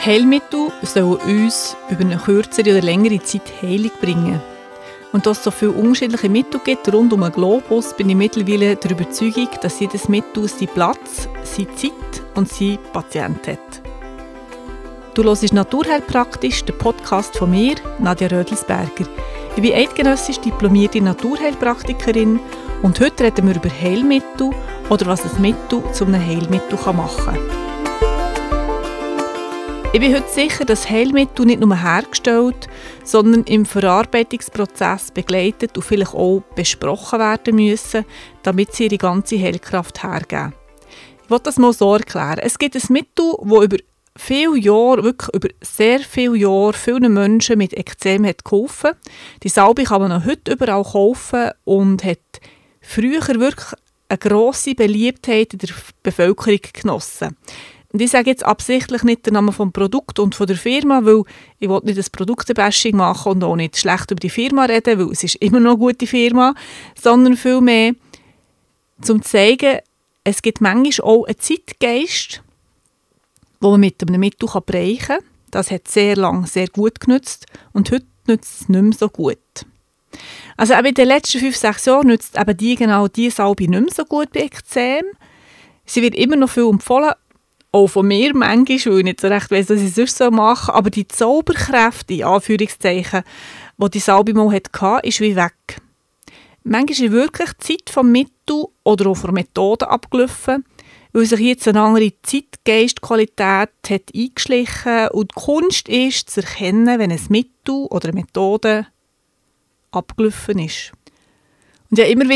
Heilmittel sollen uns über eine kürzere oder längere Zeit Heilung bringen. Und da es so viele unterschiedliche Mittel gibt rund um den Globus, bin ich mittlerweile der Überzeugung, dass jedes Mittel seinen Platz, seine Zeit und seinen Patient hat. Du hörst «Naturheilpraktisch», den Podcast von mir, Nadja Rödlisberger. Ich bin eidgenössisch diplomierte Naturheilpraktikerin und heute reden wir über Heilmittel oder was ein Mittel zu einem Heilmittel machen kann. Ich bin heute sicher, dass Heilmittel nicht nur hergestellt, sondern im Verarbeitungsprozess begleitet und vielleicht auch besprochen werden müssen, damit sie ihre ganze Heilkraft hergeben. Ich will das mal so erklären. Es gibt ein Mittel, das über viele Jahre, wirklich über sehr viele Jahre, vielen Menschen mit Ekzem hat geholfen. Die Salbe kann man noch heute überall kaufen und hat früher wirklich eine grosse Beliebtheit in der Bevölkerung genossen. Und ich sage jetzt absichtlich nicht den Namen vom Produkt und von der Firma, weil ich will nicht ein Produktebashing machen und auch nicht schlecht über die Firma reden, weil es ist immer noch eine gute Firma, sondern vielmehr, um zu zeigen, es gibt manchmal auch einen Zeitgeist, den man mit einem Mittel bereichen kann. Das hat sehr lange sehr gut genutzt und heute nützt es nicht mehr so gut. Also eben in den letzten 5-6 Jahren nützt eben diese Salbe nicht mehr so gut bei Ekzem. Sie wird immer noch viel empfohlen, auch von mir manchmal, weil ich nicht so recht weiss, was ich sonst machen soll. Aber die Zauberkräfte, in Anführungszeichen, die Salbe mal hatte, ist wie weg. Manchmal ist wirklich die Zeit vom Mittel oder auch von Methoden abgelaufen, weil sich jetzt eine andere Zeitgeistqualität hat eingeschlichen und die Kunst ist, zu erkennen, wenn ein Mittel oder eine Methode abgelaufen ist. Und ja, immer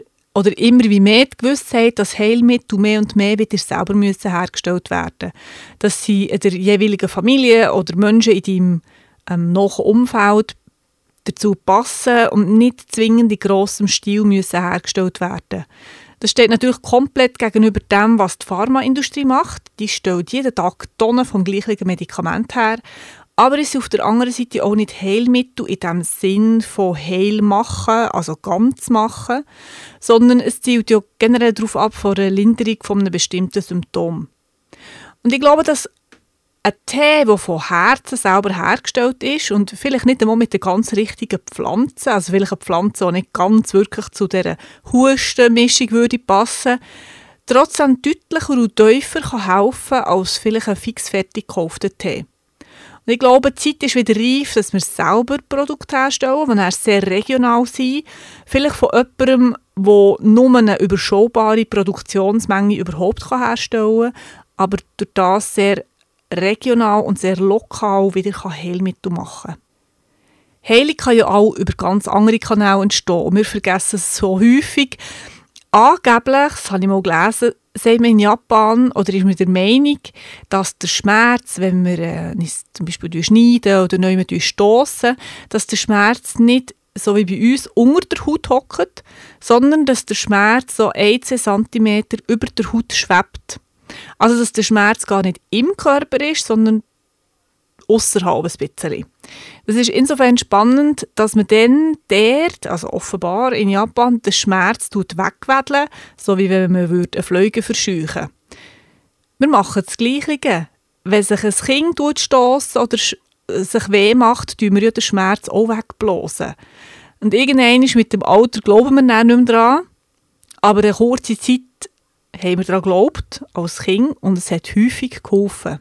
wie mehr die Gewissheit, dass Heilmittel mehr und mehr wieder selber hergestellt werden müssen. Dass sie in der jeweiligen Familie oder Menschen in deinem nahen Umfeld dazu passen und nicht zwingend in grossem Stil hergestellt werden. Das steht natürlich komplett gegenüber dem, was die Pharmaindustrie macht. Die stellt jeden Tag Tonnen vom gleichen Medikament her. Aber es sind auf der anderen Seite auch nicht Heilmittel in dem Sinn von Heil machen, also ganz machen, sondern es zielt ja generell darauf ab, von einer Linderung von einem bestimmten Symptom. Und ich glaube, dass ein Tee, der von Herzen selber hergestellt ist und vielleicht nicht einmal mit der ganz richtigen Pflanze, also vielleicht eine Pflanze, die nicht ganz wirklich zu dieser Hustenmischung würde passen, trotzdem deutlicher und tiefer kann helfen als vielleicht ein fix fertig gekaufter Tee. Und ich glaube, die Zeit ist wieder reif, dass wir selber Produkte herstellen, die sehr regional sind. Vielleicht von jemandem, der nur eine überschaubare Produktionsmenge überhaupt herstellen kann, aber durch das sehr regional und sehr lokal wieder Heilmittel machen kann. Heilung kann ja auch über ganz andere Kanäle entstehen. Und wir vergessen es so häufig. Angeblich, das habe ich mal gelesen, sagt man in Japan, oder ist man der Meinung, dass der Schmerz, wenn wir uns zum Beispiel schneiden oder neu stossen, dass der Schmerz nicht so wie bei uns unter der Haut hockt, sondern dass der Schmerz so 1-2 cm über der Haut schwebt. Also dass der Schmerz gar nicht im Körper ist, sondern ausserhalb ein bisschen. Das ist insofern spannend, dass man dann dort, also offenbar in Japan, den Schmerz wegwedeln, so wie wenn man eine Fliege verscheuchen würde. Wir machen das Gleiche. Wenn sich ein Kind stossen oder sich weh macht, tun wir ja den Schmerz auch wegblasen. Und irgendwann mit dem Alter glauben wir dann nicht mehr daran, aber eine kurze Zeit haben wir daran geglaubt, als Kind, und es hat häufig geholfen.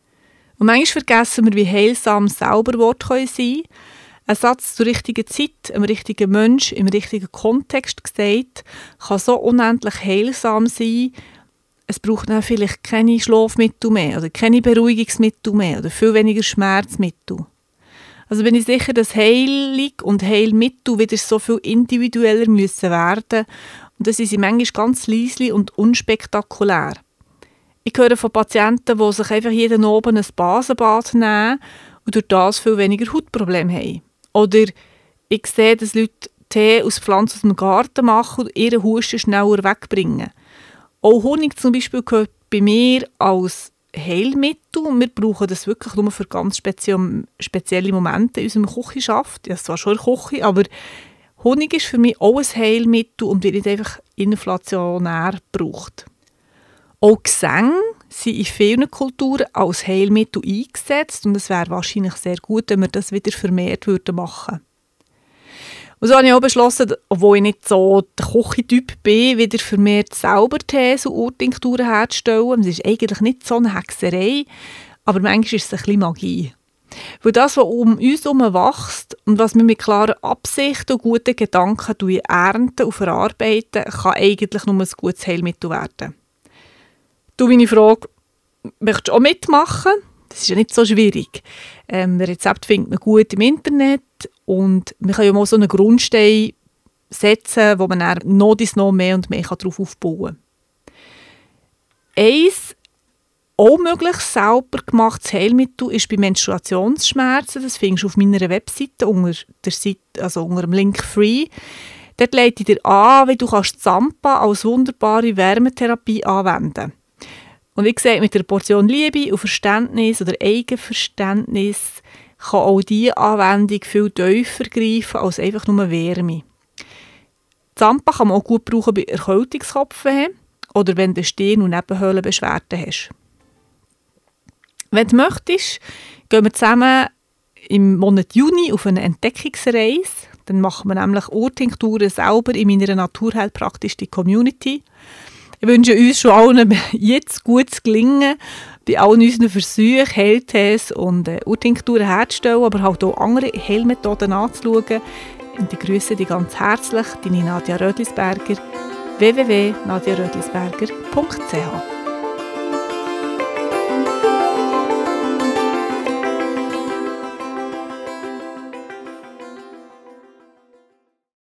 Und manchmal vergessen wir, wie heilsam selber Worte sein können. Ein Satz zur richtigen Zeit, einem richtigen Mensch, im richtigen Kontext gesagt, kann so unendlich heilsam sein. Es braucht dann vielleicht keine Schlafmittel mehr oder keine Beruhigungsmittel mehr oder viel weniger Schmerzmittel. Also bin ich sicher, dass Heilung und Heilmittel wieder so viel individueller müssen werden. Und das sind sie manchmal ganz leise und unspektakulär. Ich höre von Patienten, die sich einfach jeden Abend ein Basenbad nehmen und durch das viel weniger Hautprobleme haben. Oder ich sehe, dass Leute Tee aus Pflanzen aus dem Garten machen und ihren Husten schneller wegbringen. Auch Honig zum Beispiel gehört bei mir als Heilmittel. Wir brauchen das wirklich nur für ganz spezielle Momente in unserem Küchenschaft. Ja, zwar schon in der Küche, aber Honig ist für mich auch ein Heilmittel und wird nicht einfach inflationär gebraucht. Auch Gesänge sind in vielen Kulturen als Heilmittel eingesetzt und es wäre wahrscheinlich sehr gut, wenn wir das wieder vermehrt machen würden. Und so habe ich auch beschlossen, obwohl ich nicht so der Küchentyp bin, wieder vermehrt selber Tees und Urtinkturen herzustellen. Es ist eigentlich nicht so eine Hexerei, aber manchmal ist es ein bisschen Magie. Weil das, was um uns herum wächst und was wir mit klaren Absichten und guten Gedanken ernten und verarbeiten, kann eigentlich nur ein gutes Heilmittel werden. Du, meine Frage, möchtest du auch mitmachen? Das ist ja nicht so schwierig. Rezept findet man gut im Internet und man kann ja mal so einen Grundstein setzen, wo man dann noch mehr und mehr darauf aufbauen kann. Eins auch möglich selber gemachtes Heilmittel ist bei Menstruationsschmerzen. Das findest du auf meiner Webseite unter dem Link Free. Dort leite ich dir an, wie du Zampa als wunderbare Wärmetherapie anwenden kannst. Und wie gesagt, mit einer Portion Liebe und Verständnis oder Eigenverständnis kann auch diese Anwendung viel tiefer greifen als einfach nur Wärme. Zampa kann man auch gut brauchen bei Erkältungskopfweh oder wenn du Stirn- und Nebenhöhlenbeschwerden hast. Wenn du möchtest, gehen wir zusammen im Monat Juni auf eine Entdeckungsreise. Dann machen wir nämlich Urtinkturen selber in meiner naturheilpraktischen Community. Ich wünsche uns schon allen jetzt gutes Gelingen, bei allen unseren Versuchen, Heiltees und Urtinkturen herzustellen, aber halt auch andere Heilmethoden anzuschauen. Und ich grüße dich ganz herzlich, deine Nadja Rödlisberger, www.nadjarödlisberger.ch.